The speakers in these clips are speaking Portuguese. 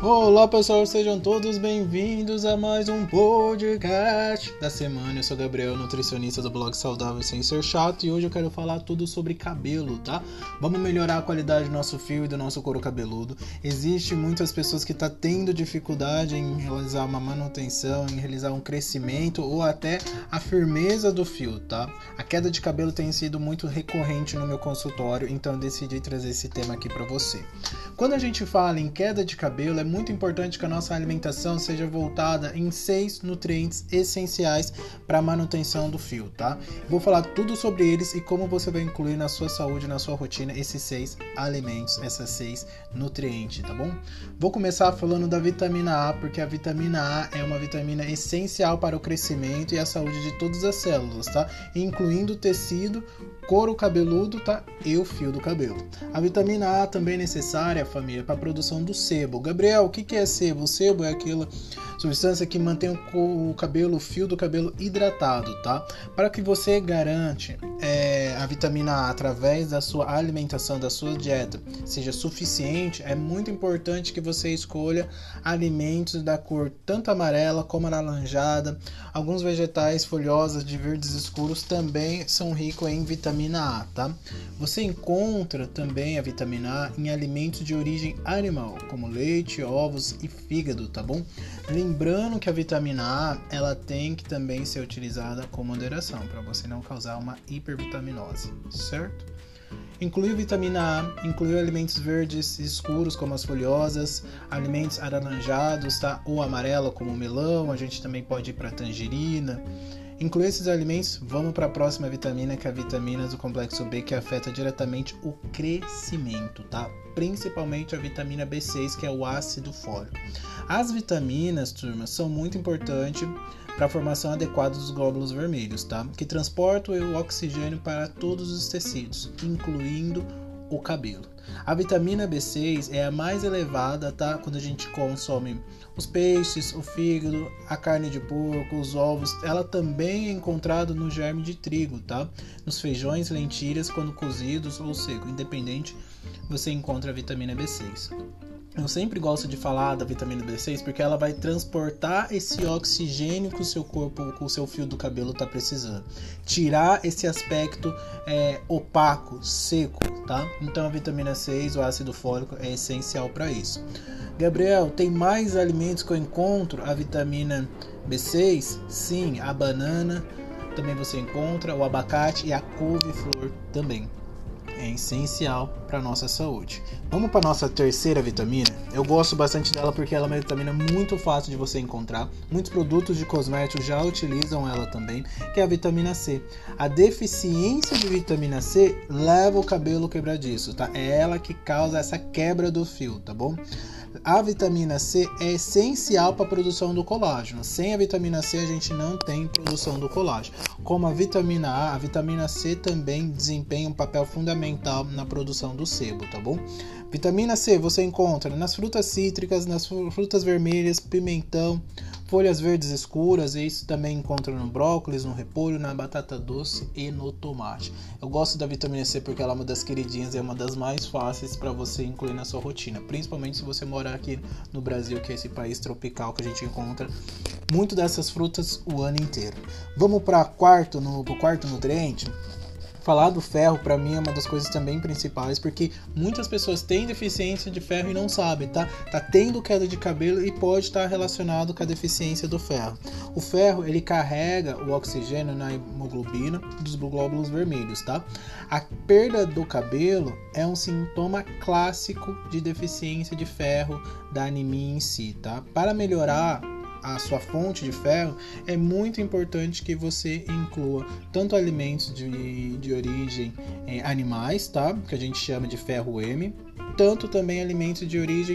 Olá pessoal, sejam todos bem-vindos a mais um podcast da semana. Eu sou o Gabriel, nutricionista do blog Saudável Sem Ser Chato, e hoje eu quero falar tudo sobre cabelo, tá? Vamos melhorar a qualidade do nosso fio e do nosso couro cabeludo. Existem muitas pessoas que estão tendo dificuldade em realizar uma manutenção, em realizar um crescimento ou até a firmeza do fio, tá? A queda de cabelo tem sido muito recorrente no meu consultório, então eu decidi trazer esse tema aqui para você. Quando a gente fala em queda de cabelo, é muito importante que a nossa alimentação seja voltada em 6 nutrientes essenciais para a manutenção do fio, tá? Vou falar tudo sobre eles e como você vai incluir na sua saúde, na sua rotina, esses 6 alimentos, essas 6 nutrientes, tá bom? Vou começar falando da vitamina A, porque a vitamina A é uma vitamina essencial para o crescimento e a saúde de todas as células, tá? Incluindo o tecido, couro cabeludo, tá? E o fio do cabelo. A vitamina A também é necessária, família, para a produção do sebo. Gabriel, o que é sebo? O sebo é aquela substância que mantém o cabelo, o fio do cabelo hidratado, tá? Para que você garante a vitamina A através da sua alimentação, da sua dieta, seja suficiente, é muito importante que você escolha alimentos da cor tanto amarela como alaranjada. Alguns vegetais folhosos de verdes escuros também são ricos em vitamina A, tá? Você encontra também a vitamina A em alimentos de origem animal, como leite, ovos e fígado, tá bom? Lembrando que a vitamina A, ela tem que também ser utilizada com moderação, para você não causar uma hipervitaminose, certo? Inclui vitamina A, inclui alimentos verdes escuros, como as folhosas, alimentos alaranjados, tá? Ou amarelo, como o melão, a gente também pode ir para a tangerina. Inclui esses alimentos, vamos para a próxima vitamina, que é a vitamina do complexo B, que afeta diretamente o crescimento, tá? Principalmente a vitamina B6, que é o ácido fólico. As vitaminas, turma, são muito importantes para a formação adequada dos glóbulos vermelhos, tá? Que transportam o oxigênio para todos os tecidos, incluindo o cabelo. A vitamina B6 é a mais elevada, tá? Quando a gente consome os peixes, o fígado, a carne de porco, os ovos. Ela também é encontrada no germe de trigo, tá? Nos feijões, lentilhas, quando cozidos ou seco, independente, você encontra a vitamina B6. Eu sempre gosto de falar da vitamina B6 porque ela vai transportar esse oxigênio que o seu corpo, que o seu fio do cabelo está precisando. Tirar esse aspecto opaco, seco, tá? Então a vitamina 6, o ácido fólico, é essencial para isso. Gabriel, tem mais alimentos que eu encontro a vitamina B6? Sim, a banana também você encontra, o abacate e a couve-flor também. É essencial para a nossa saúde. Vamos para a nossa terceira vitamina. Eu gosto bastante dela porque ela é uma vitamina muito fácil de você encontrar. Muitos produtos de cosméticos já utilizam ela também, que é a vitamina C. A deficiência de vitamina C leva o cabelo quebradiço, tá? É ela que causa essa quebra do fio, tá bom? A vitamina C é essencial para a produção do colágeno. Sem a vitamina C a gente não tem produção do colágeno. Como a vitamina C também desempenha um papel fundamental na produção do sebo, tá bom? Vitamina C você encontra nas frutas cítricas, nas frutas vermelhas, pimentão, folhas verdes escuras, e isso também encontra no brócolis, no repolho, na batata doce e no tomate. Eu gosto da vitamina C porque ela é uma das queridinhas e é uma das mais fáceis para você incluir na sua rotina, principalmente se você morar aqui no Brasil, que é esse país tropical que a gente encontra muito dessas frutas o ano inteiro. Vamos para o quarto nutriente. Falar do ferro, para mim, é uma das coisas também principais, porque muitas pessoas têm deficiência de ferro e não sabem, tá? Tá tendo queda de cabelo e pode estar relacionado com a deficiência do ferro. O ferro, ele carrega o oxigênio na hemoglobina dos glóbulos vermelhos, tá? A perda do cabelo é um sintoma clássico de deficiência de ferro, da anemia em si, tá? Para melhorar a sua fonte de ferro, é muito importante que você inclua tanto alimentos de origem animais, tá? Que a gente chama de ferro M, tanto também alimentos de origem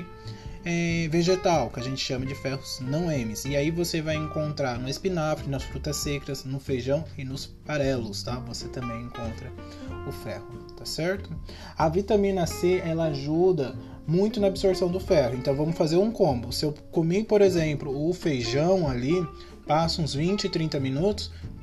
vegetal, que a gente chama de ferros não M's. E aí você vai encontrar no espinafre, nas frutas secas, no feijão e nos farelos, tá? Você também encontra o ferro, tá certo? A vitamina C, ela ajuda muito na absorção do ferro. Então vamos fazer um combo. Se eu comer, por exemplo, o feijão ali, passa uns 20, 30 minutos,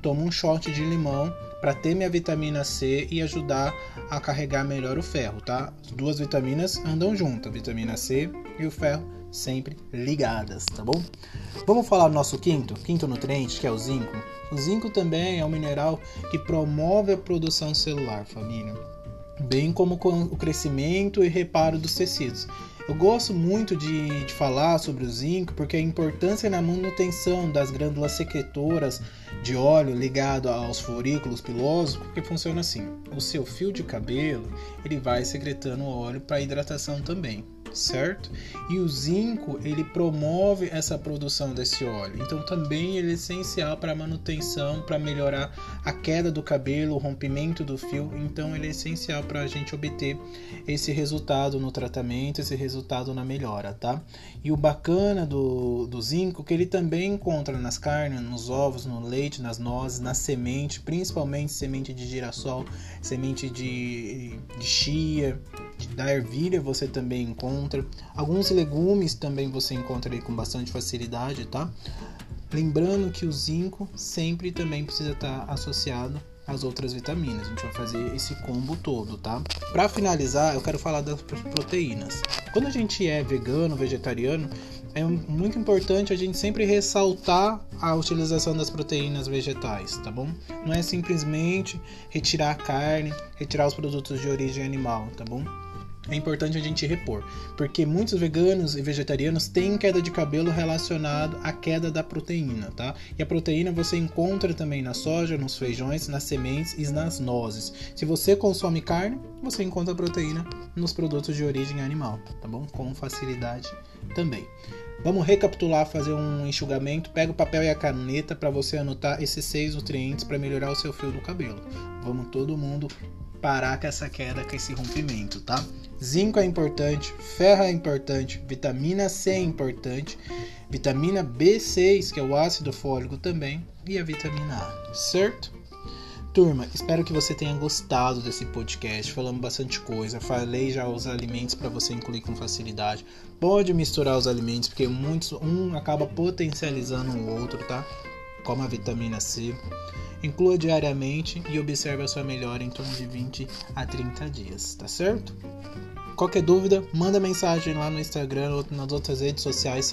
tomo um shot de limão para ter minha vitamina C e ajudar a carregar melhor o ferro, tá? As duas vitaminas andam juntas, a vitamina C e o ferro sempre ligadas, tá bom? Vamos falar do nosso quinto nutriente, que é o zinco. O zinco também é um mineral que promove a produção celular, família, bem como o crescimento e reparo dos tecidos. Eu gosto muito de falar sobre o zinco porque a importância na manutenção das glândulas secretoras de óleo ligado aos folículos pilosos, porque funciona assim: o seu fio de cabelo ele vai secretando óleo para hidratação também, certo? E o zinco ele promove essa produção desse óleo, então também ele é essencial para a manutenção, para melhorar a queda do cabelo, o rompimento do fio. Então ele é essencial para a gente obter esse resultado no tratamento, esse resultado na melhora, tá? E o bacana do zinco que ele também encontra nas carnes, nos ovos, no leite, nas nozes, na semente, principalmente semente de girassol, semente de chia, da ervilha você também encontra. Alguns legumes também você encontra aí com bastante facilidade, tá? Lembrando que o zinco sempre também precisa estar associado às outras vitaminas. A gente vai fazer esse combo todo, tá? Para finalizar, eu quero falar das proteínas. Quando a gente é vegano, vegetariano, é muito importante a gente sempre ressaltar a utilização das proteínas vegetais, tá bom? Não é simplesmente retirar a carne, retirar os produtos de origem animal, tá bom? É importante a gente repor, porque muitos veganos e vegetarianos têm queda de cabelo relacionado à queda da proteína, tá? E a proteína você encontra também na soja, nos feijões, nas sementes e nas nozes. Se você consome carne, você encontra proteína nos produtos de origem animal, tá bom? Com facilidade também. Vamos recapitular, fazer um enxugamento. Pega o papel e a caneta para você anotar esses 6 nutrientes para melhorar o seu fio do cabelo. Vamos todo mundo parar com essa queda, com esse rompimento, tá? Zinco é importante, ferro é importante, vitamina C é importante, vitamina B6, que é o ácido fólico também, e a vitamina A, certo? Turma, espero que você tenha gostado desse podcast, falando bastante coisa. Falei já os alimentos para você incluir com facilidade. Pode misturar os alimentos, porque um acaba potencializando o outro, tá? Como a vitamina C. Inclua diariamente e observe a sua melhora em torno de 20 a 30 dias, tá certo? Qualquer dúvida, manda mensagem lá no Instagram ou nas outras redes sociais,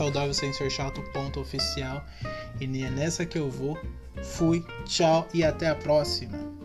saudávelsemserchato.oficial. E é nessa que eu vou. Fui, tchau e até a próxima!